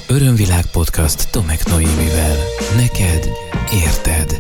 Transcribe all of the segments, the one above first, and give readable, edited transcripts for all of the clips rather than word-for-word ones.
Örömvilág podcast Tomek Noémivel. Neked érted.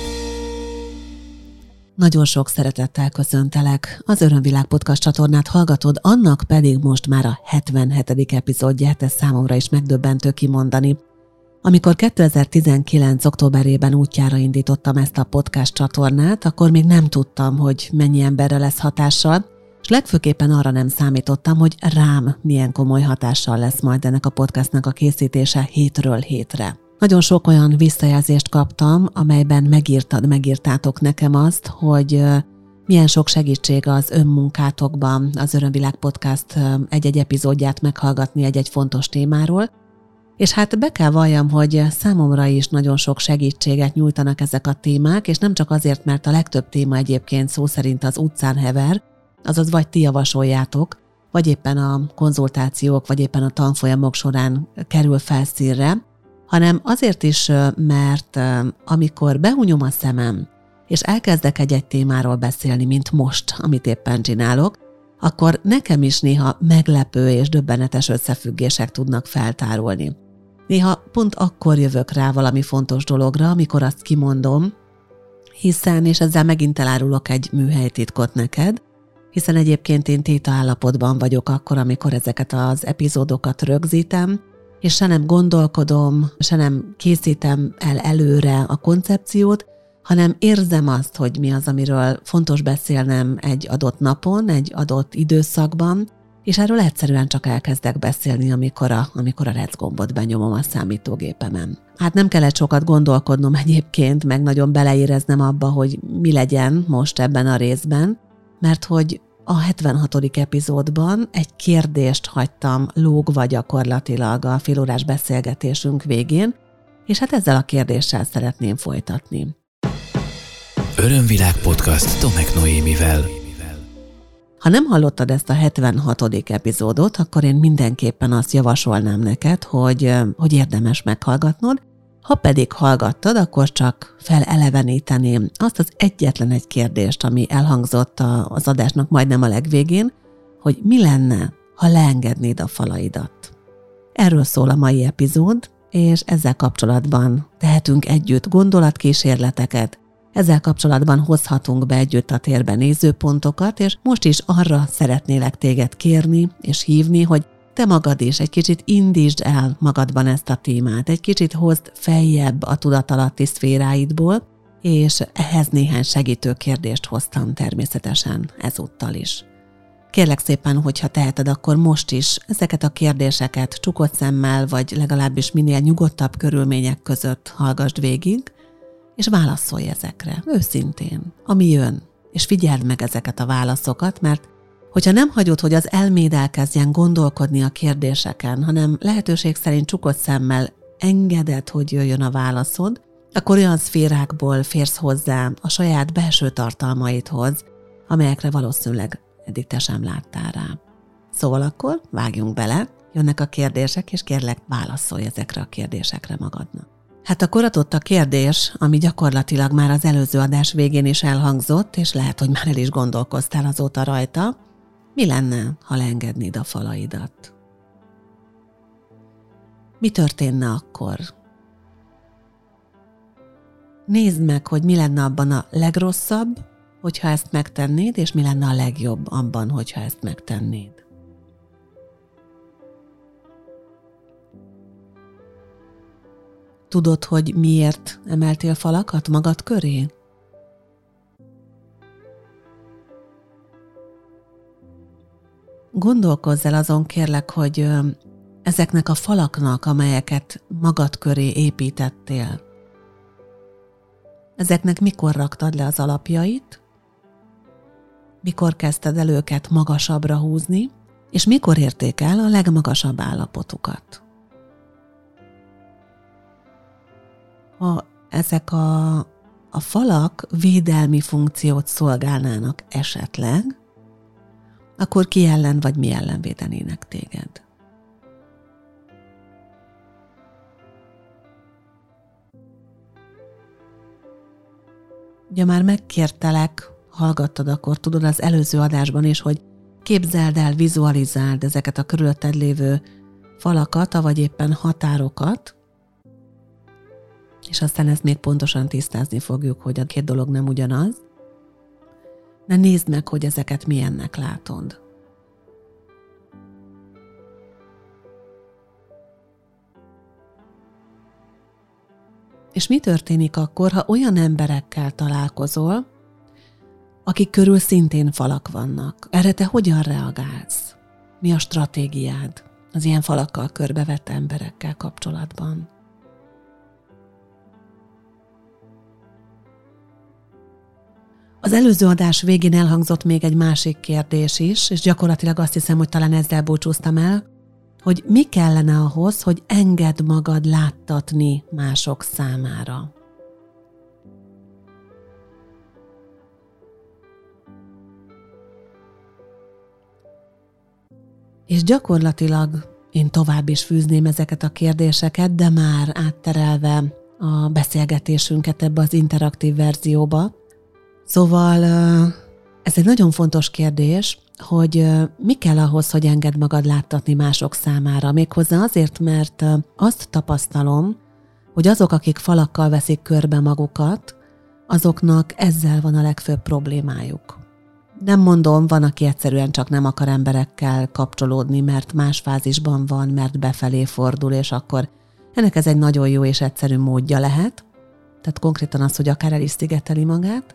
Nagyon sok szeretettel köszöntelek. Az Örömvilág podcast csatornát hallgatod, annak pedig most már a 77. epizódját, ez számomra is megdöbbentő kimondani. Amikor 2019. októberében útjára indítottam ezt a podcast csatornát, akkor még nem tudtam, hogy mennyi emberre lesz hatással, és legfőképpen arra nem számítottam, hogy rám milyen komoly hatással lesz majd ennek a podcastnak a készítése hétről hétre. Nagyon sok olyan visszajelzést kaptam, amelyben megírtátok nekem azt, hogy milyen sok segítség az önmunkátokban az Örömvilág podcast egy-egy epizódját meghallgatni egy-egy fontos témáról, és hát be kell valljam, hogy számomra is nagyon sok segítséget nyújtanak ezek a témák, és nem csak azért, mert a legtöbb téma egyébként szó szerint az utcán hever, azaz vagy ti javasoljátok, vagy éppen a konzultációk, vagy éppen a tanfolyamok során kerül felszínre, hanem azért is, mert amikor behunyom a szemem, és elkezdek egy-egy témáról beszélni, mint most, amit éppen csinálok, akkor nekem is néha meglepő és döbbenetes összefüggések tudnak feltárulni. Néha pont akkor jövök rá valami fontos dologra, amikor azt kimondom, hiszen, és ezzel megint elárulok egy műhelytitkot neked, hiszen egyébként én téta állapotban vagyok akkor, amikor ezeket az epizódokat rögzítem, és se nem gondolkodom, se nem készítem el előre a koncepciót, hanem érzem azt, hogy mi az, amiről fontos beszélnem egy adott napon, egy adott időszakban, és erről egyszerűen csak elkezdek beszélni, amikor a rec gombot benyomom a számítógépemen. Hát nem kellett sokat gondolkodnom egyébként, meg nagyon beleéreznem abba, hogy mi legyen most ebben a részben, mert hogy a 76. epizódban egy kérdést hagytam lógva gyakorlatilag a félórás beszélgetésünk végén, és hát ezzel a kérdéssel szeretném folytatni. Örömvilág podcast Tomek Noémivel. Ha nem hallottad ezt a 76. epizódot, akkor én mindenképpen azt javasolnám neked, hogy érdemes meghallgatnod. Ha pedig hallgattad, akkor csak feleleveníteném azt az egyetlen egy kérdést, ami elhangzott az adásnak majdnem a legvégén, hogy mi lenne, ha leengednéd a falaidat. Erről szól a mai epizód, és ezzel kapcsolatban tehetünk együtt gondolatkísérleteket, ezzel kapcsolatban hozhatunk be együtt a térbe nézőpontokat, és most is arra szeretnélek téged kérni és hívni, hogy te magad is egy kicsit indítsd el magadban ezt a témát, egy kicsit hozd feljebb a tudatalatti szféráidból, és ehhez néhány segítő kérdést hoztam természetesen ezúttal is. Kérlek szépen, hogyha teheted, akkor most is ezeket a kérdéseket csukott szemmel, vagy legalábbis minél nyugodtabb körülmények között hallgassd végig, és válaszolj ezekre, őszintén, ami jön, és figyeld meg ezeket a válaszokat, mert hogyha nem hagyod, hogy az elméd elkezdjen gondolkodni a kérdéseken, hanem lehetőség szerint csukott szemmel engeded, hogy jöjjön a válaszod, akkor olyan szférákból férsz hozzá a saját belső tartalmaidhoz, amelyekre valószínűleg eddig te sem láttál rá. Szóval akkor vágjunk bele, jönnek a kérdések, és kérlek, válaszolj ezekre a kérdésekre magadnak. Hát akkor adott a kérdés, ami gyakorlatilag már az előző adás végén is elhangzott, és lehet, hogy már el is gondolkoztál azóta rajta. Mi lenne, ha leengednéd a falaidat? Mi történne akkor? Nézd meg, hogy mi lenne abban a legrosszabb, hogyha ezt megtennéd, és mi lenne a legjobb abban, hogyha ezt megtennéd. Tudod, hogy miért emeltél falakat magad köré? Gondolkozz el azon, kérlek, hogy ezeknek a falaknak, amelyeket magad köré építettél, ezeknek mikor raktad le az alapjait, mikor kezdted el őket magasabbra húzni, és mikor érték el a legmagasabb állapotukat. Ha ezek a falak védelmi funkciót szolgálnának esetleg, akkor ki ellen vagy mi ellen védenének téged? Ugye már megkértelek, hallgattad, akkor tudod az előző adásban is, hogy képzeld el, vizualizáld ezeket a körülötted lévő falakat, vagy éppen határokat, és aztán ezt még pontosan tisztázni fogjuk, hogy a két dolog nem ugyanaz, de nézd meg, hogy ezeket milyennek látod. És mi történik akkor, ha olyan emberekkel találkozol, akik körül szintén falak vannak? Erre te hogyan reagálsz? Mi a stratégiád az ilyen falakkal körbevett emberekkel kapcsolatban? Az előző adás végén elhangzott még egy másik kérdés is, és gyakorlatilag azt hiszem, hogy talán ezzel búcsúztam el, hogy mi kellene ahhoz, hogy engedd magad láttatni mások számára. És gyakorlatilag én tovább is fűzném ezeket a kérdéseket, de már átterelve a beszélgetésünket ebbe az interaktív verzióba. Szóval ez egy nagyon fontos kérdés, hogy mi kell ahhoz, hogy engedd magad láttatni mások számára. Méghozzá azért, mert azt tapasztalom, hogy azok, akik falakkal veszik körbe magukat, azoknak ezzel van a legfőbb problémájuk. Nem mondom, van, aki egyszerűen csak nem akar emberekkel kapcsolódni, mert más fázisban van, mert befelé fordul, és akkor ennek ez egy nagyon jó és egyszerű módja lehet. Tehát konkrétan az, hogy akár el is szigeteli magát.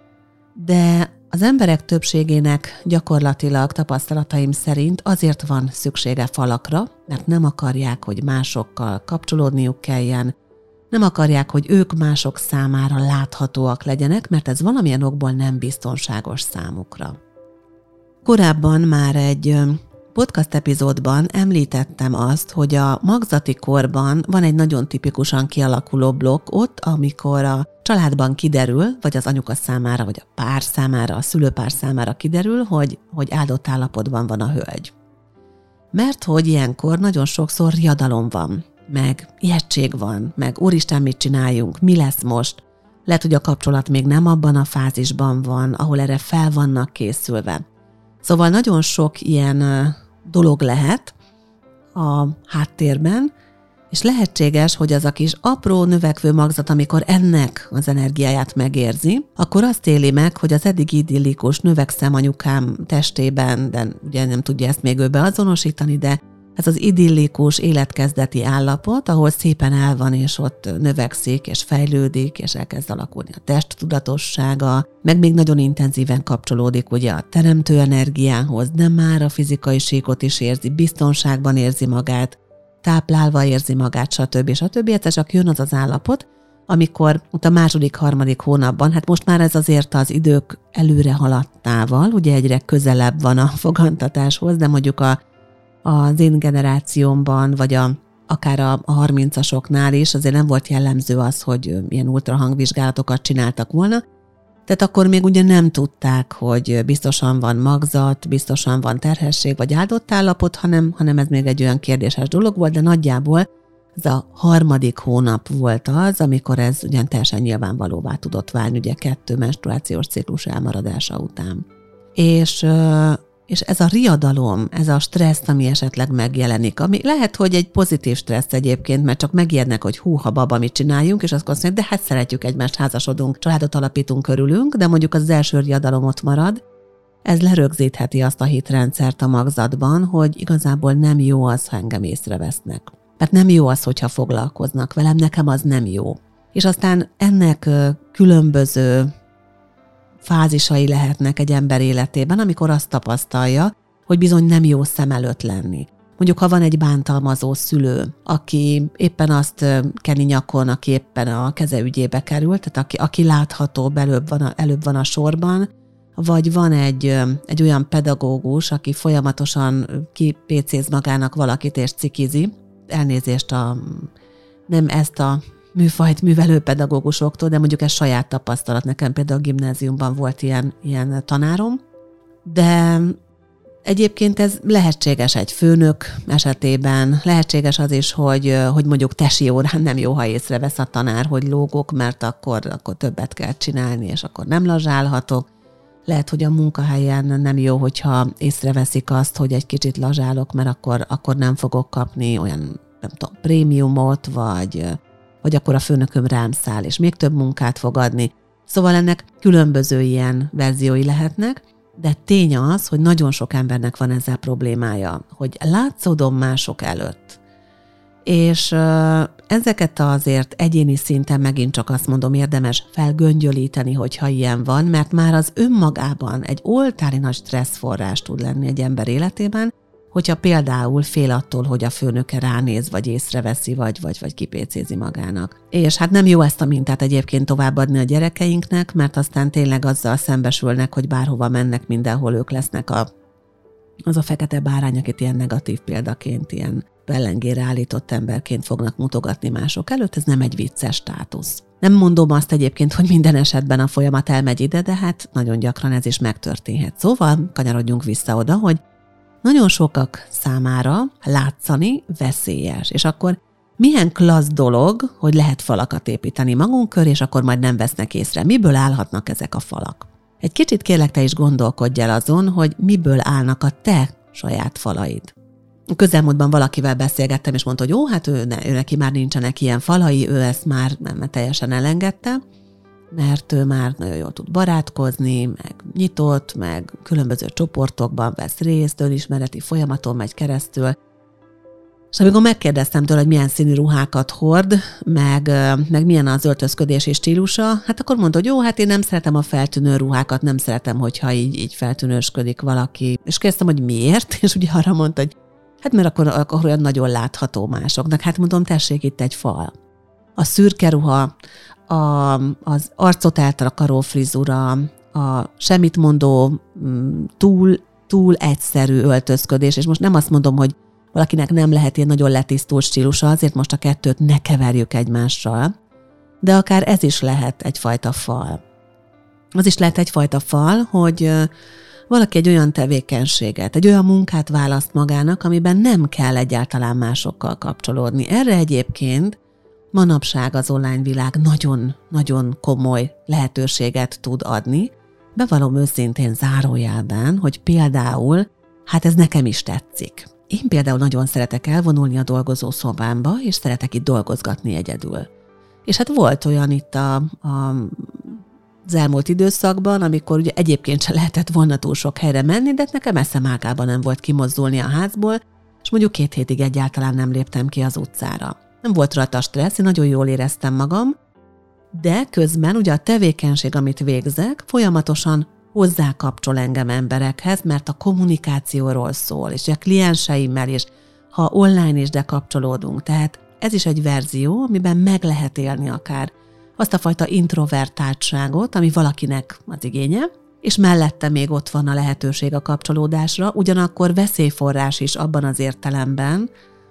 De az emberek többségének gyakorlatilag tapasztalataim szerint azért van szüksége falakra, mert nem akarják, hogy másokkal kapcsolódniuk kelljen, nem akarják, hogy ők mások számára láthatóak legyenek, mert ez valamilyen okból nem biztonságos számukra. Korábban már egy podcast epizódban említettem azt, hogy a magzati korban van egy nagyon tipikusan kialakuló blokk ott, amikor a családban kiderül, vagy az anyuka számára, vagy a pár számára, a szülőpár számára kiderül, hogy áldott állapotban van a hölgy. Mert hogy ilyenkor nagyon sokszor riadalom van, meg ijegység van, meg úristen, mit csináljunk, mi lesz most? Lehet, hogy a kapcsolat még nem abban a fázisban van, ahol erre fel vannak készülve. Szóval nagyon sok ilyen dolog lehet a háttérben, és lehetséges, hogy az a kis apró növekvő magzat, amikor ennek az energiáját megérzi, akkor azt éli meg, hogy az eddig idillikus növekszem anyukám testében, de ugye nem tudja ezt még ő beazonosítani, de ez az idillikus életkezdeti állapot, ahol szépen el van, és ott növekszik, és fejlődik, és elkezd alakulni a testtudatossága, meg még nagyon intenzíven kapcsolódik ugye a teremtő energiához, de már a fizikai síkot is érzi, biztonságban érzi magát, táplálva érzi magát, stb. Egyszer csak jön az az állapot, amikor ott a második, harmadik hónapban, hát most már ez azért az idők előre haladtával, ugye egyre közelebb van a fogantatáshoz, de mondjuk az én generációmban, vagy akár a 30-asoknál is azért nem volt jellemző az, hogy ilyen ultrahangvizsgálatokat csináltak volna. Tehát akkor még ugye nem tudták, hogy biztosan van magzat, biztosan van terhesség, vagy áldott állapot, hanem ez még egy olyan kérdéses dolog volt, de nagyjából ez a harmadik hónap volt az, amikor ez ugyan teljesen nyilvánvalóvá tudott válni, ugye 2 menstruációs ciklus elmaradása után. És ez a riadalom, ez a stressz, ami esetleg megjelenik, ami lehet, hogy egy pozitív stressz egyébként, mert csak megijednek, hogy húha baba, mit csináljunk, és azt mondják, de hát szeretjük egymást, házasodunk, családot alapítunk körülünk, de mondjuk az első riadalom ott marad. Ez lerögzítheti azt a hitrendszert a magzatban, hogy igazából nem jó az, ha engem észrevesznek. Mert nem jó az, hogyha foglalkoznak velem, nekem az nem jó. És aztán ennek különböző fázisai lehetnek egy ember életében, amikor azt tapasztalja, hogy bizony nem jó szem előtt lenni. Mondjuk, ha van egy bántalmazó szülő, aki éppen azt keni nyakon, aki éppen a keze ügyébe került, tehát aki látható, előbb van a sorban, vagy van egy olyan pedagógus, aki folyamatosan kipécéz magának valakit és cikizi, elnézést nem ezt a műfajt művelő pedagógusoktól, de mondjuk ez saját tapasztalat. Nekem például a gimnáziumban volt ilyen tanárom, de egyébként ez lehetséges egy főnök esetében, lehetséges az is, hogy mondjuk tesi órán nem jó, ha észrevesz a tanár, hogy lógok, mert akkor többet kell csinálni, és akkor nem lazsálhatok. Lehet, hogy a munkahelyen nem jó, hogyha észreveszik azt, hogy egy kicsit lazsálok, mert akkor nem fogok kapni olyan, nem tudom, prémiumot, vagy akkor a főnököm rám száll, és még több munkát fog adni. Szóval ennek különböző ilyen verziói lehetnek, de tény az, hogy nagyon sok embernek van ezzel problémája, hogy látszódom mások előtt. És ezeket azért egyéni szinten megint csak azt mondom, érdemes felgöngyölíteni, hogyha ilyen van, mert már az önmagában egy oltári nagy stresszforrás tud lenni egy ember életében, hogyha például fél attól, hogy a főnöke ránéz, vagy észreveszi, vagy kipécézi magának. És hát nem jó ezt a mintát egyébként továbbadni a gyerekeinknek, mert aztán tényleg azzal szembesülnek, hogy bárhova mennek, mindenhol ők lesznek az a fekete bárány, akit ilyen negatív példaként, ilyen pellengére állított emberként fognak mutogatni mások előtt. Ez nem egy vicces státusz. Nem mondom azt egyébként, hogy minden esetben a folyamat elmegy ide, de hát nagyon gyakran ez is megtörténhet. Szóval kanyarodjunk vissza oda, hogy nagyon sokak számára látszani veszélyes, és akkor milyen klassz dolog, hogy lehet falakat építeni magunk köré, és akkor majd nem vesznek észre. Miből állhatnak ezek a falak? Egy kicsit kérlek, te is gondolkodj el azon, hogy miből állnak a te saját falaid. Közelmúltban valakivel beszélgettem, és mondta, hogy jó, hát ő neki már nincsenek ilyen falai, ő ezt már nem teljesen elengedte, mert ő már nagyon jól tud barátkozni, meg nyitott, meg különböző csoportokban vesz részt, önismereti folyamaton megy keresztül. És amikor megkérdeztem tőle, hogy milyen színű ruhákat hord, meg milyen az öltözködési stílusa, hát akkor mondta, hogy jó, hát én nem szeretem a feltűnő ruhákat, nem szeretem, hogyha így feltűnősködik valaki. És kérdeztem, hogy miért, és ugye arra mondta, hogy hát mert akkor olyan nagyon látható másoknak. Hát mondom, tessék, itt egy fal. A szürke ruha, az arcot eltakaró frizura, a semmit mondó, túl egyszerű öltözködés, és most nem azt mondom, hogy valakinek nem lehet ilyen nagyon letisztult stílusa, azért most a kettőt ne keverjük egymással, de akár ez is lehet egyfajta fal. Az is lehet egyfajta fal, hogy valaki egy olyan tevékenységet, egy olyan munkát választ magának, amiben nem kell egyáltalán másokkal kapcsolódni. Erre egyébként manapság az online világ nagyon komoly lehetőséget tud adni. Bevallom őszintén zárójelben, hogy például, hát ez nekem is tetszik. Én például nagyon szeretek elvonulni a dolgozószobámba, és szeretek itt dolgozgatni egyedül. És hát volt olyan itt az elmúlt időszakban, amikor ugye egyébként se lehetett volna túl sok helyre menni, de nekem eszem ágában nem volt kimozdulni a házból, és mondjuk 2 hétig egyáltalán nem léptem ki az utcára. Nem volt rajta stressz, én nagyon jól éreztem magam, de közben ugye a tevékenység, amit végzek, folyamatosan hozzákapcsol engem emberekhez, mert a kommunikációról szól, és a klienseimmel is, ha online is, de kapcsolódunk. Tehát ez is egy verzió, amiben meg lehet élni akár azt a fajta introvertáltságot, ami valakinek az igénye, és mellette még ott van a lehetőség a kapcsolódásra, ugyanakkor veszélyforrás is abban az értelemben,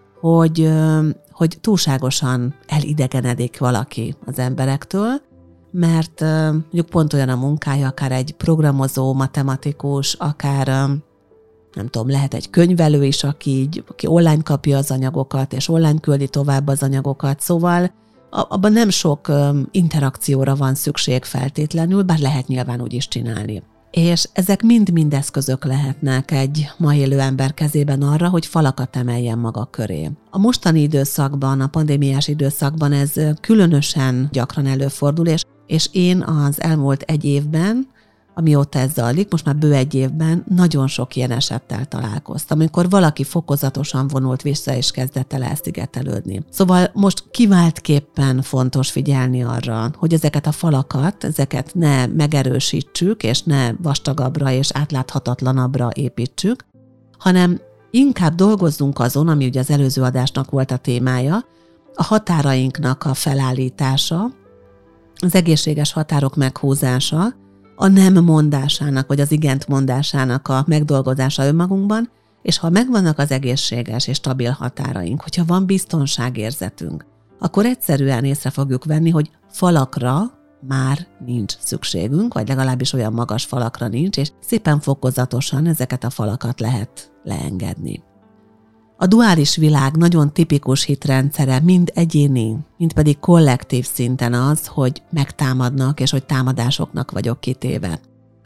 hogy túlságosan elidegenedik valaki az emberektől, mert mondjuk pont olyan a munkája, akár egy programozó, matematikus, akár nem tudom, lehet egy könyvelő is, aki online kapja az anyagokat, és online küldi tovább az anyagokat, szóval abban nem sok interakcióra van szükség feltétlenül, bár lehet nyilván úgy is csinálni. És ezek mind eszközök lehetnek egy ma élő ember kezében arra, hogy falakat emeljen maga köré. A mostani időszakban, a pandémiás időszakban ez különösen gyakran előfordul, és én az elmúlt 1 évben, amióta ez zajlik, most már bő 1 évben nagyon sok ilyen esettel találkoztam, amikor valaki fokozatosan vonult vissza és kezdett el elszigetelődni. Szóval most kiváltképpen fontos figyelni arra, hogy ezeket a falakat, ezeket ne megerősítsük, és ne vastagabbra és átláthatatlanabbra építsük, hanem inkább dolgozzunk azon, ami ugye az előző adásnak volt a témája, a határainknak a felállítása, az egészséges határok meghúzása, a nem mondásának, vagy az igent mondásának a megdolgozása önmagunkban, és ha megvannak az egészséges és stabil határaink, hogyha van biztonságérzetünk, akkor egyszerűen észre fogjuk venni, hogy falakra már nincs szükségünk, vagy legalábbis olyan magas falakra nincs, és szépen fokozatosan ezeket a falakat lehet leengedni. A duális világ nagyon tipikus hitrendszere mind egyéni, mind pedig kollektív szinten az, hogy megtámadnak, és hogy támadásoknak vagyok kitéve.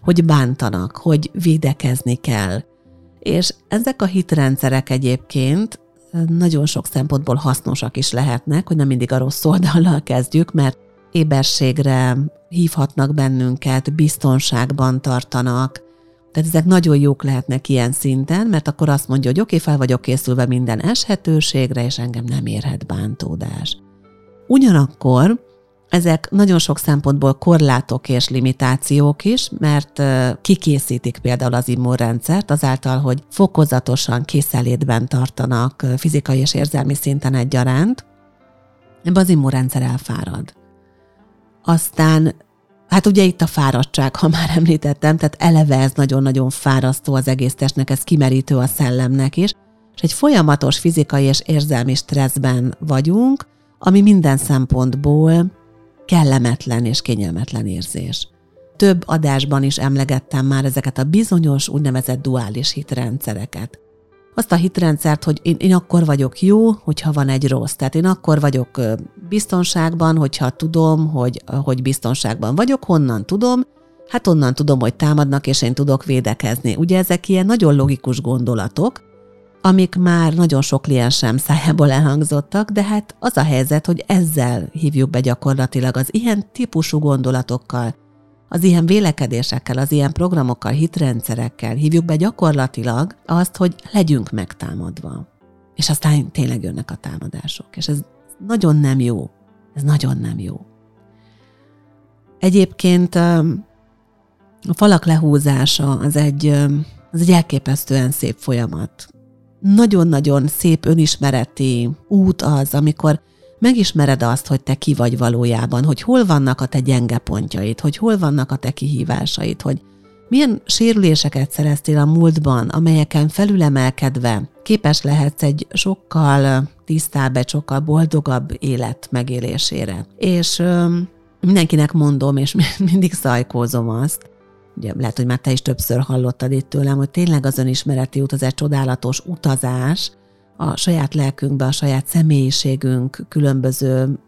hogy bántanak, hogy védekezni kell. És ezek a hitrendszerek egyébként nagyon sok szempontból hasznosak is lehetnek, hogy nem mindig a rossz oldallal kezdjük, mert éberségre hívhatnak bennünket, biztonságban tartanak. Tehát ezek nagyon jók lehetnek ilyen szinten, mert akkor azt mondja, hogy oké, fel vagyok készülve minden eshetőségre, és engem nem érhet bántódás. Ugyanakkor ezek nagyon sok szempontból korlátok és limitációk is, mert kikészítik például az immunrendszert azáltal, hogy fokozatosan készenlétben tartanak fizikai és érzelmi szinten egyaránt, ebben az immunrendszer elfárad. Aztán, hát ugye itt a fáradtság, ha már említettem, tehát eleve ez nagyon-nagyon fárasztó az egész testnek, ez kimerítő a szellemnek is, és egy folyamatos fizikai és érzelmi stresszben vagyunk, ami minden szempontból kellemetlen és kényelmetlen érzés. Több adásban is emlegettem már ezeket a bizonyos úgynevezett duális hitrendszereket. Azt a hitrendszert, hogy én akkor vagyok jó, hogyha van egy rossz. Tehát én akkor vagyok biztonságban, hogyha tudom, hogy biztonságban vagyok. Honnan tudom? Hát onnan tudom, hogy támadnak, és én tudok védekezni. Ugye ezek ilyen nagyon logikus gondolatok, amik már nagyon sok kliensem szájából elhangzottak, de hát az a helyzet, hogy ezzel hívjuk be gyakorlatilag az ilyen típusú gondolatokkal, az ilyen vélekedésekkel, az ilyen programokkal, hitrendszerekkel hívjuk be gyakorlatilag azt, hogy legyünk megtámadva. És aztán tényleg jönnek a támadások. És ez nagyon nem jó. Ez nagyon nem jó. Egyébként a falak lehúzása az egy elképesztően szép folyamat. Nagyon-nagyon szép önismereti út az, amikor megismered azt, hogy te ki vagy valójában, hogy hol vannak a te gyenge pontjaid, hogy hol vannak a te kihívásaid, hogy milyen sérüléseket szereztél a múltban, amelyeken felülemelkedve képes lehetsz egy sokkal tisztább, egy sokkal boldogabb élet megélésére. És mindenkinek mondom, és mindig szajkózom azt, ugye lehet, hogy már te is többször hallottad itt tőlem, hogy tényleg az önismereti út az egy csodálatos utazás a saját lelkünkbe, a saját személyiségünk különböző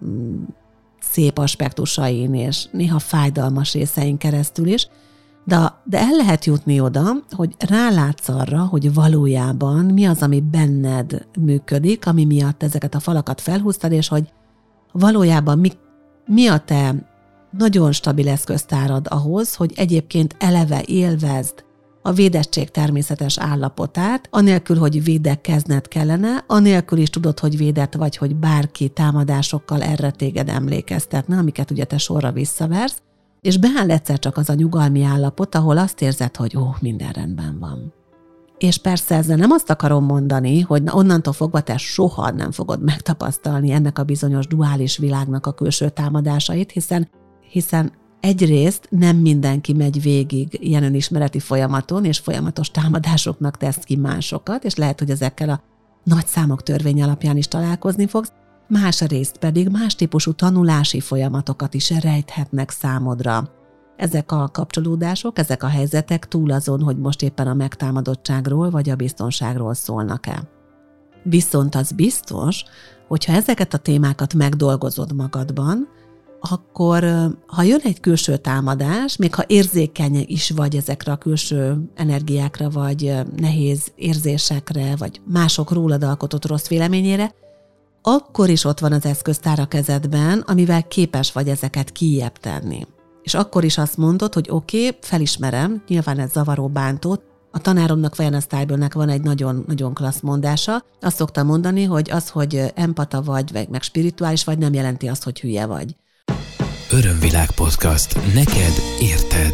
szép aspektusain, és néha fájdalmas részein keresztül is, de el lehet jutni oda, hogy rálátsz arra, hogy valójában mi az, ami benned működik, ami miatt ezeket a falakat felhúztad, és hogy valójában mi a te nagyon stabil eszköztárad ahhoz, hogy egyébként eleve élvezd a védettség természetes állapotát, anélkül, hogy védekezned kellene, anélkül is tudod, hogy védett vagy, hogy bárki támadásokkal erre téged emlékeztetne, amiket ugye te sorra visszaversz, és beáll egyszer csak az a nyugalmi állapot, ahol azt érzed, hogy minden rendben van. És persze ezzel nem azt akarom mondani, hogy onnantól fogva te soha nem fogod megtapasztalni ennek a bizonyos duális világnak a külső támadásait, hiszen egyrészt nem mindenki megy végig ilyen önismereti folyamaton, és folyamatos támadásoknak tesz ki másokat, és lehet, hogy ezekkel a nagy számok törvény alapján is találkozni fogsz, másrészt pedig más típusú tanulási folyamatokat is rejthetnek számodra. Ezek a kapcsolódások, ezek a helyzetek túl azon, hogy most éppen a megtámadottságról vagy a biztonságról szólnak-e. Viszont az biztos, hogyha ezeket a témákat megdolgozod magadban, akkor ha jön egy külső támadás, még ha érzékeny is vagy ezekre a külső energiákra, vagy nehéz érzésekre, vagy mások rólad alkotott rossz véleményére, akkor is ott van az eszköztár a kezedben, amivel képes vagy ezeket kijjebb tenni. És akkor is azt mondod, hogy oké, felismerem, nyilván ez zavaró, bántó. A tanáromnak, Vajana Steinböllnek van egy nagyon-nagyon klassz mondása. Azt szokta mondani, hogy az, hogy empata vagy, meg spirituális vagy, nem jelenti azt, hogy hülye vagy. Örömvilág podcast. Neked érted.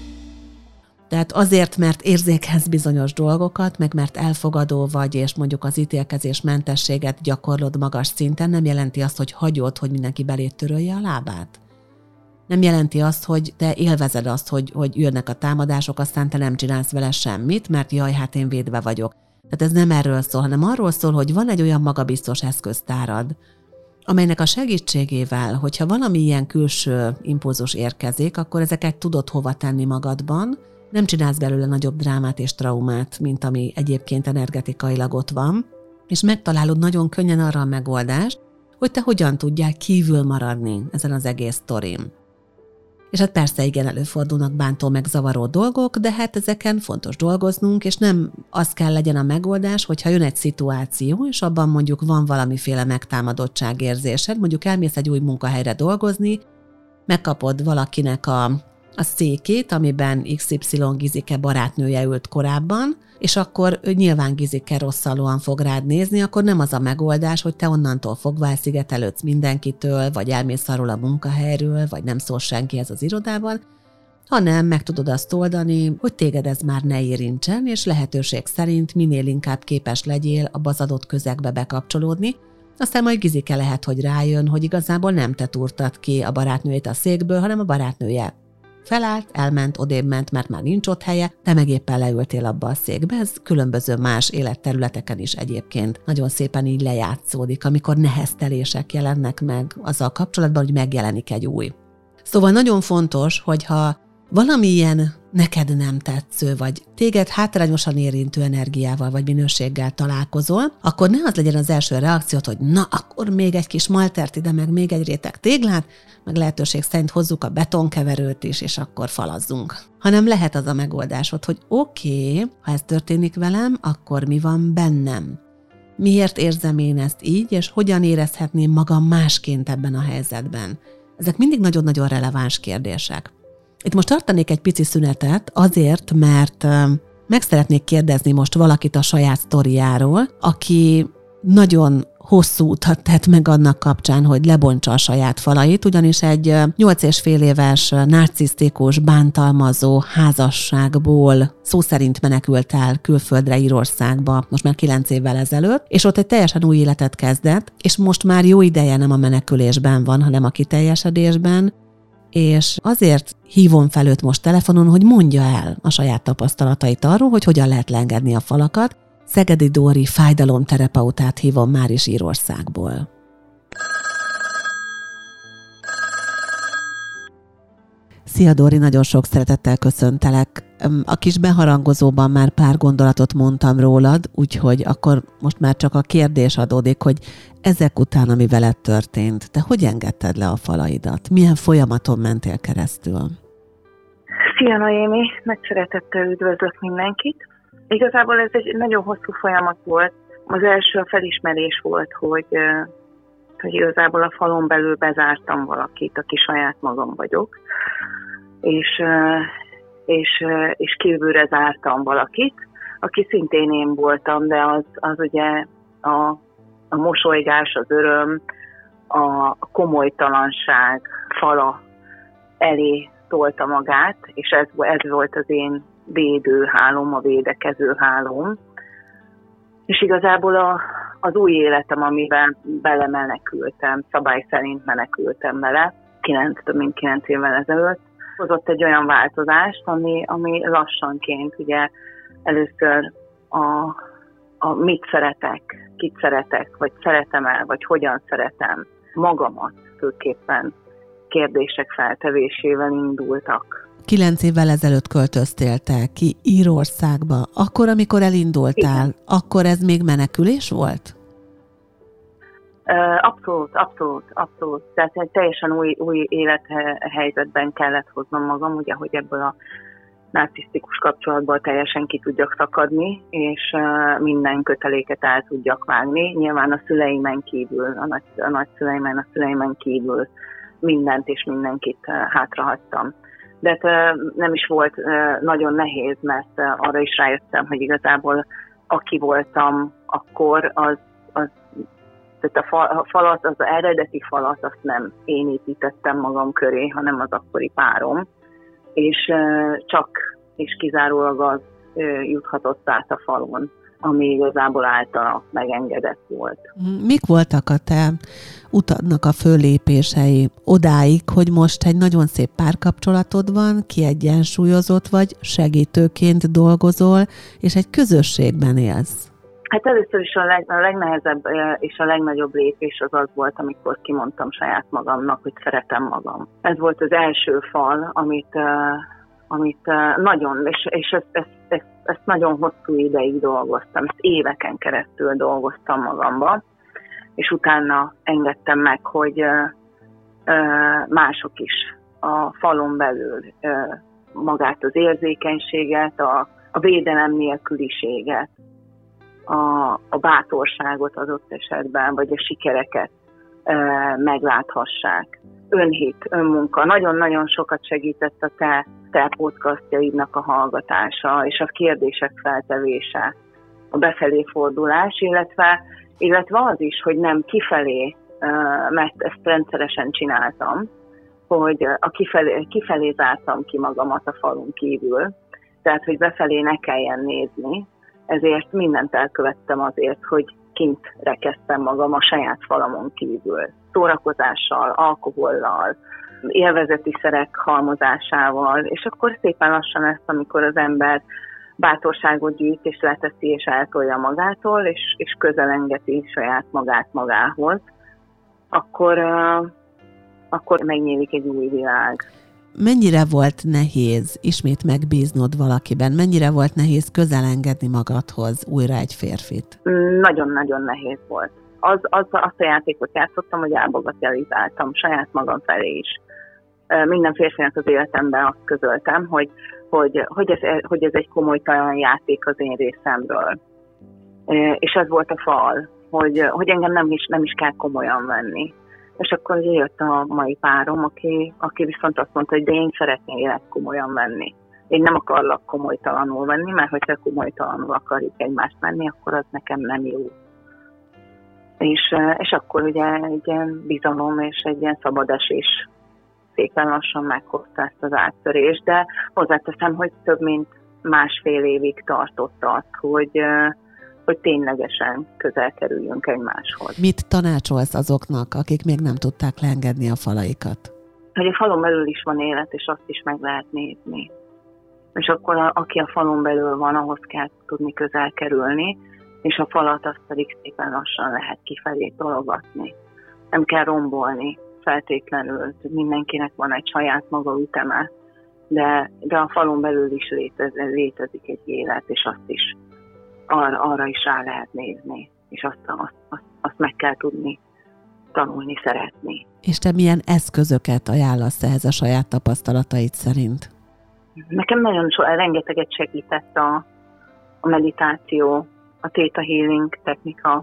Tehát azért, mert érzékelsz bizonyos dolgokat, meg mert elfogadó vagy, és mondjuk az ítélkezés mentességet gyakorlod magas szinten, nem jelenti azt, hogy hagyod, hogy mindenki beléd törölje a lábát. Nem jelenti azt, hogy te élvezed azt, hogy jönnek a támadások, aztán te nem csinálsz vele semmit, mert jaj, hát én védve vagyok. Tehát ez nem erről szól, hanem arról szól, hogy van egy olyan magabiztos eszköztárad, amelynek a segítségével, hogyha valami ilyen külső impulzus érkezik, akkor ezeket tudod hova tenni magadban, nem csinálsz belőle nagyobb drámát és traumát, mint ami egyébként energetikailag ott van, és megtalálod nagyon könnyen arra a megoldást, hogy te hogyan tudjál kívül maradni ezen az egész sztorin. És hát persze igen, előfordulnak bántó meg zavaró dolgok, de hát ezeken fontos dolgoznunk, és nem az kell legyen a megoldás, hogyha jön egy szituáció, és abban mondjuk van valamiféle megtámadottságérzésed, mondjuk elmész egy új munkahelyre dolgozni, megkapod valakinek a székét, amiben XY Gizike barátnője ült korábban, és akkor nyilván Gizike rosszallóan fog rád nézni, akkor nem az a megoldás, hogy te onnantól fogva elszigetelődsz mindenkitől, vagy elmész arról a munkahelyről, vagy nem szól senkihez az irodában, hanem meg tudod azt oldani, hogy téged ez már ne érintsen, és lehetőség szerint minél inkább képes legyél abba az adott közegbe bekapcsolódni. Aztán majd Gizike lehet, hogy rájön, hogy igazából nem te túrtad ki a barátnőjét a székből, hanem a barátnője felállt, elment, odébb ment, mert már nincs ott helye, te meg éppen leültél abba a székbe. Ez különböző más életterületeken is egyébként nagyon szépen így lejátszódik, amikor neheztelések jelennek meg azzal kapcsolatban, hogy megjelenik egy új. Szóval nagyon fontos, hogyha valamilyen neked nem tetsző, vagy téged hátrányosan érintő energiával vagy minőséggel találkozol, akkor ne az legyen az első reakciót, hogy na, akkor még egy kis maltert ide, meg még egy réteg téglát, meg lehetőség szerint hozzuk a betonkeverőt is, és akkor falazzunk. Hanem lehet az a megoldásod, hogy oké, ha ez történik velem, akkor mi van bennem? Miért érzem én ezt így, és hogyan érezhetném magam másként ebben a helyzetben? Ezek mindig nagyon-nagyon releváns kérdések. Itt most tartanék egy pici szünetet azért, mert meg szeretnék kérdezni most valakit a saját sztoriáról, aki nagyon hosszú utat tett meg annak kapcsán, hogy lebontsa a saját falait, ugyanis egy 8,5 éves narcisztikus, bántalmazó házasságból szó szerint menekült el külföldre, Írországba, most már 9 évvel ezelőtt, és ott egy teljesen új életet kezdett, és most már jó ideje nem a menekülésben van, hanem a kiteljesedésben, és azért hívom fel őt most telefonon, hogy mondja el a saját tapasztalatait arról, hogy hogyan lehet leengedni a falakat. Szegedi Dóri fájdalomterapeutát hívom már is Írországból. Szia Dóri, nagyon sok szeretettel köszöntelek. A kis beharangozóban már pár gondolatot mondtam rólad, úgyhogy akkor most már csak a kérdés adódik, hogy ezek után, ami veled történt, te hogy engedted le a falaidat? Milyen folyamaton mentél keresztül? Szia Noémi, nagy szeretettel üdvözlök mindenkit. Igazából ez egy nagyon hosszú folyamat volt. Az első a felismerés volt, hogy igazából a falon belül bezártam valakit, aki saját magam vagyok, és kívülre zártam valakit, aki szintén én voltam, de az ugye a mosolygás, az öröm, a komolytalanság fala elé tolta magát, és ez volt az én védőhálóm, a védekező hálóm. És igazából az új életem, amiben belemenekültem, szabály szerint menekültem bele, több mint 9 évvel ezelőtt, hozott egy olyan változást, ami lassanként ugye először a mit szeretek, kit szeretek, vagy szeretem el, vagy hogyan szeretem magamat főképpen kérdések feltevésével indultak. 9 évvel ezelőtt költöztél te ki Írországba. Akkor, amikor elindultál, igen, akkor ez még menekülés volt? Abszolút. Tehát egy teljesen új élethelyzetben kellett hoznom magam, ugye, hogy ebből a narcisztikus kapcsolatból teljesen ki tudjak szakadni, és minden köteléket el tudjak vágni. Nyilván a szüleimen kívül, a nagyszüleimen kívül mindent és mindenkit hátrahagytam. De nem is volt nagyon nehéz, mert arra is rájöttem, hogy igazából aki voltam akkor, tehát a falat, az eredeti falat, azt nem én építettem magam köré, hanem az akkori párom, és csak és kizárólag az juthatott át a falon, ami igazából általa megengedett volt. Mik voltak a te utadnak a fölépései odáig, hogy most egy nagyon szép párkapcsolatod van, kiegyensúlyozott vagy, segítőként dolgozol, és egy közösségben élsz? Hát először is a legnehezebb és a legnagyobb lépés az volt, amikor kimondtam saját magamnak, hogy szeretem magam. Ez volt az első fal, amit nagyon, és ezt nagyon hosszú ideig dolgoztam, ezt éveken keresztül dolgoztam magamba, és utána engedtem meg, hogy mások is a falon belül magát az érzékenységet, a védelem nélküliséget, a bátorságot adott esetben, vagy a sikereket megláthassák. Önhit, önmunka. Nagyon-nagyon sokat segített a te podcastjaidnak a hallgatása, és a kérdések feltevése, a befelé fordulás, illetve az is, hogy nem kifelé, mert ezt rendszeresen csináltam, hogy kifelé zártam ki magamat a falun kívül, tehát, hogy befelé ne kelljen nézni, ezért mindent elkövettem azért, hogy kint rekeztem magam a saját falamon kívül. Szórakozással, alkohollal, élvezeti szerek halmozásával, és akkor szépen lassan ezt, amikor az ember bátorságot gyűjt, és leteszi, és eltolja magától, és közelengeti saját magát magához, akkor megnyílik egy új világ. Mennyire volt nehéz ismét megbíznod valakiben? Mennyire volt nehéz közelengedni magadhoz újra egy férfit? Nagyon-nagyon nehéz volt. Azt a játékot játszottam, hogy elbagatelizáltam saját magam felé is. Minden férfinak az életemben azt közöltem, hogy ez egy komolytalan játék az én részemről. És ez volt a fal, hogy engem nem is kell komolyan venni. És akkor jött a mai párom, aki viszont azt mondta, hogy de én szeretnélek komolyan venni. Én nem akarlak komolytalanul venni, mert hogyha komolytalanul akarjuk egymást venni, akkor az nekem nem jó. És akkor ugye egy ilyen bizalom és egy ilyen szabadesés szépen lassan meghozta ezt az áttörést, de hozzáteszem, hogy több mint 1,5 évig tartott az, hogy ténylegesen közel kerüljünk egymáshoz. Mit tanácsolsz azoknak, akik még nem tudták leengedni a falaikat? Hogy a falon belül is van élet, és azt is meg lehet nézni. És akkor aki a falon belül van, ahhoz kell tudni közel kerülni, és a falat azt pedig szépen lassan lehet kifelé tologatni. Nem kell rombolni feltétlenül, mindenkinek van egy saját maga üteme, de a falon belül is létezik egy élet, és azt is arra is rá lehet nézni, és azt meg kell tudni tanulni, szeretni. És te milyen eszközöket ajánlasz ehhez a saját tapasztalataid szerint? Nekem rengeteget segített a meditáció, a Theta Healing technika.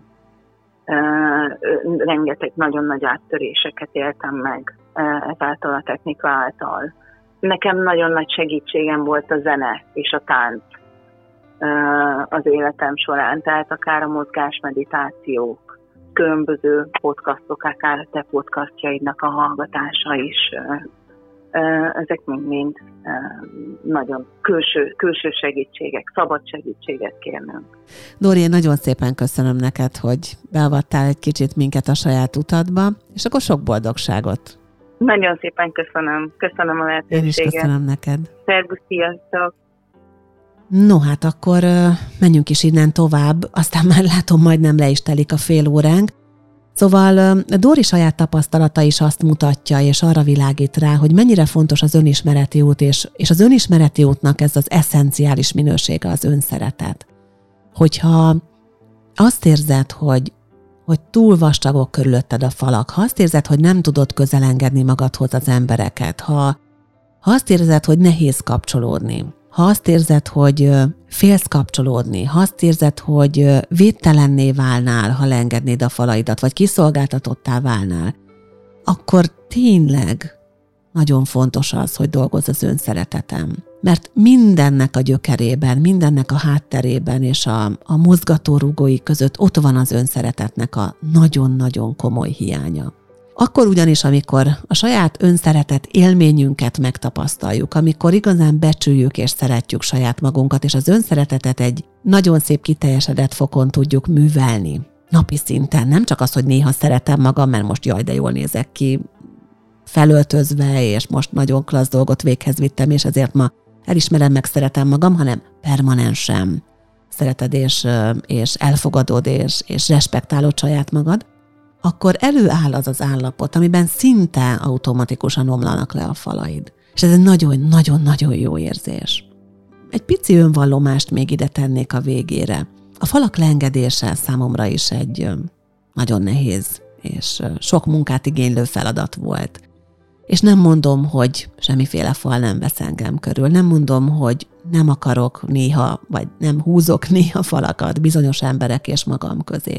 Rengeteg nagyon nagy áttöréseket éltem meg ezáltal a technika által. Nekem nagyon nagy segítségem volt a zene és a tánc az életem során, tehát akár a mozgás meditációk, különböző podcastok, akár a te podcastjaidnak a hallgatása is, ezek mind nagyon külső segítségek, szabad segítséget kérnünk. Dóri, én nagyon szépen köszönöm neked, hogy beavattál egy kicsit minket a saját utadba, és akkor sok boldogságot. Nagyon szépen köszönöm a lehetőséget. Én is köszönöm neked. Szervusz, sziasztok! No, hát akkor menjünk is innen tovább, aztán már látom, majdnem le is telik a fél óránk. Szóval Dóri saját tapasztalata is azt mutatja, és arra világít rá, hogy mennyire fontos az önismereti út, és az önismereti útnak ez az eszenciális minősége az önszeretet. Hogyha azt érzed, hogy túl vastagok körülötted a falak, ha azt érzed, hogy nem tudod közelengedni magadhoz az embereket, ha azt érzed, hogy nehéz kapcsolódni, ha azt érzed, hogy félsz kapcsolódni, ha azt érzed, hogy védtelenné válnál, ha leengednéd a falaidat, vagy kiszolgáltatottá válnál, akkor tényleg nagyon fontos az, hogy dolgozz az önszeretetem. Mert mindennek a gyökerében, mindennek a hátterében és a mozgatórugói között ott van az önszeretetnek a nagyon-nagyon komoly hiánya. Akkor ugyanis, amikor a saját önszeretet élményünket megtapasztaljuk, amikor igazán becsüljük és szeretjük saját magunkat, és az önszeretetet egy nagyon szép kiteljesedett fokon tudjuk művelni, napi szinten, nem csak az, hogy néha szeretem magam, mert most jaj, de jól nézek ki, felöltözve, és most nagyon klassz dolgot véghez vittem, és ezért ma elismerem, meg szeretem magam, hanem permanensen szereted és elfogadod és respektálod saját magad, akkor előáll az az állapot, amiben szinte automatikusan omlanak le a falaid. És ez egy nagyon-nagyon-nagyon jó érzés. Egy pici önvallomást még ide tennék a végére. A falak leengedése számomra is egy nagyon nehéz és sok munkát igénylő feladat volt. És nem mondom, hogy semmiféle fal nem vesz engem körül. Nem mondom, hogy nem akarok néha, vagy nem húzok néha falakat bizonyos emberek és magam közé.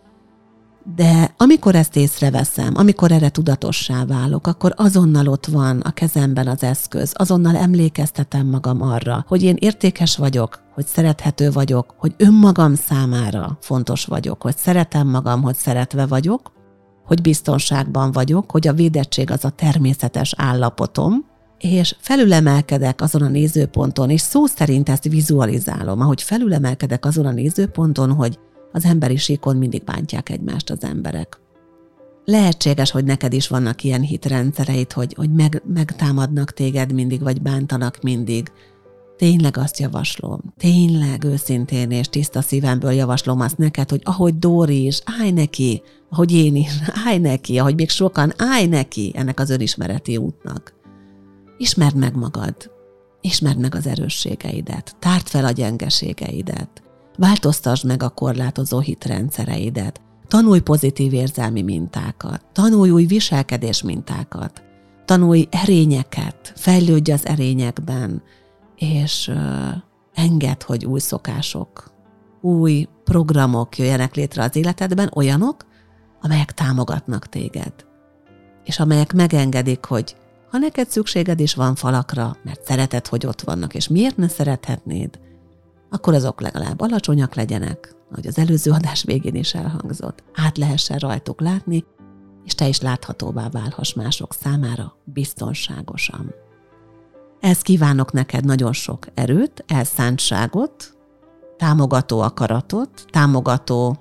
De amikor ezt észreveszem, amikor erre tudatossá válok, akkor azonnal ott van a kezemben az eszköz, azonnal emlékeztetem magam arra, hogy én értékes vagyok, hogy szerethető vagyok, hogy önmagam számára fontos vagyok, hogy szeretem magam, hogy szeretve vagyok, hogy biztonságban vagyok, hogy a védettség az a természetes állapotom, és felülemelkedek azon a nézőponton, és szó szerint ezt vizualizálom, ahogy felülemelkedek azon a nézőponton, hogy az emberi síkon mindig bántják egymást az emberek. Lehetséges, hogy neked is vannak ilyen hitrendszereid, hogy megtámadnak téged mindig, vagy bántanak mindig. Tényleg azt javaslom, tényleg őszintén és tiszta szívemből javaslom azt neked, hogy ahogy Dóri is, állj neki, ahogy én is, állj neki, ahogy még sokan, állj neki ennek az önismereti útnak. Ismerd meg magad, ismerd meg az erősségeidet, tárd fel a gyengeségeidet, változtasd meg a korlátozó hitrendszereidet, tanulj pozitív érzelmi mintákat, tanulj új viselkedés mintákat, tanulj erényeket, fejlődj az erényekben, és engedd, hogy új szokások, új programok jöjjenek létre az életedben, olyanok, amelyek támogatnak téged, és amelyek megengedik, hogy ha neked szükséged is van falakra, mert szereted, hogy ott vannak, és miért ne szerethetnéd, akkor azok legalább alacsonyak legyenek, ahogy az előző adás végén is elhangzott. Át lehessen rajtuk látni, és te is láthatóvá válhass mások számára biztonságosan. Ehhez kívánok neked nagyon sok erőt, elszántságot, támogató akaratot, támogató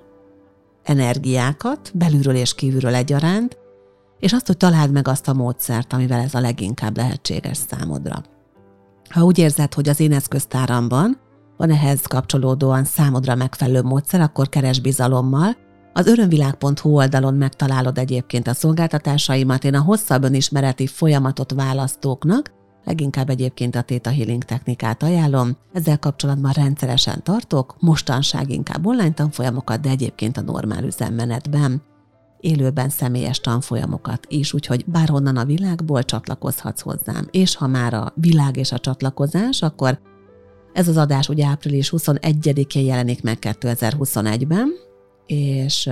energiákat, belülről és kívülről egyaránt, és azt, hogy találd meg azt a módszert, amivel ez a leginkább lehetséges számodra. Ha úgy érzed, hogy az én eszköztáramban van ehhez kapcsolódóan számodra megfelelő módszer, akkor keresd bizalommal. Az örömvilág.hu oldalon megtalálod egyébként a szolgáltatásaimat. Én a hosszabb önismereti folyamatot választóknak, leginkább egyébként a Theta Healing technikát ajánlom. Ezzel kapcsolatban rendszeresen tartok, mostanság inkább online tanfolyamokat, de egyébként a normál üzemmenetben, élőben személyes tanfolyamokat is, úgyhogy bárhonnan a világból csatlakozhatsz hozzám. És ha már a világ és a csatlakozás, akkor ez az adás ugye április 21-én jelenik meg 2021-ben, és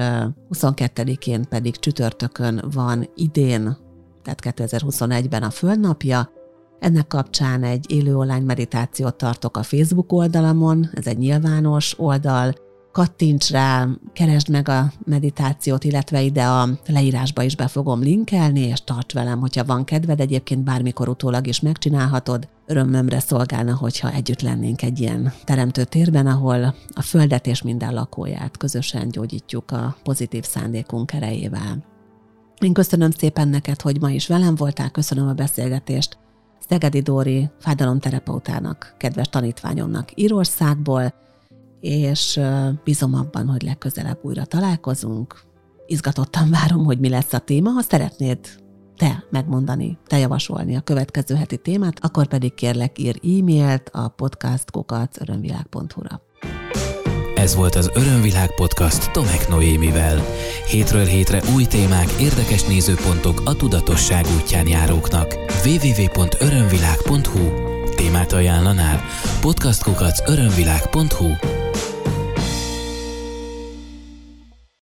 22-én pedig csütörtökön van idén, tehát 2021-ben a Földnapja. Ennek kapcsán egy élő online meditációt tartok a Facebook oldalamon, ez egy nyilvános oldal, kattints rá, keresd meg a meditációt, illetve ide a leírásba is be fogom linkelni, és tarts velem, hogyha van kedved, egyébként bármikor utólag is megcsinálhatod. Örömömre szolgálna, hogyha együtt lennénk egy ilyen teremtő térben, ahol a Földet és minden lakóját közösen gyógyítjuk a pozitív szándékunk erejével. Én köszönöm szépen neked, hogy ma is velem voltál, köszönöm a beszélgetést Szegedi Dóri fájdalomterapeutának, kedves tanítványomnak Írországból, és bízom abban, hogy legközelebb újra találkozunk. Izgatottan várom, hogy mi lesz a téma. Ha szeretnéd te megmondani, te javasolni a következő heti témát, akkor pedig kérlek ír e-mailt a podcast@örömvilág.hu-ra. Ez volt az Örömvilág Podcast Tomek Noémivel. Hétről hétre új témák, érdekes nézőpontok a tudatosság útján járóknak. www.örömvilág.hu. Témát ajánlanál? podcast@örömvilág.hu.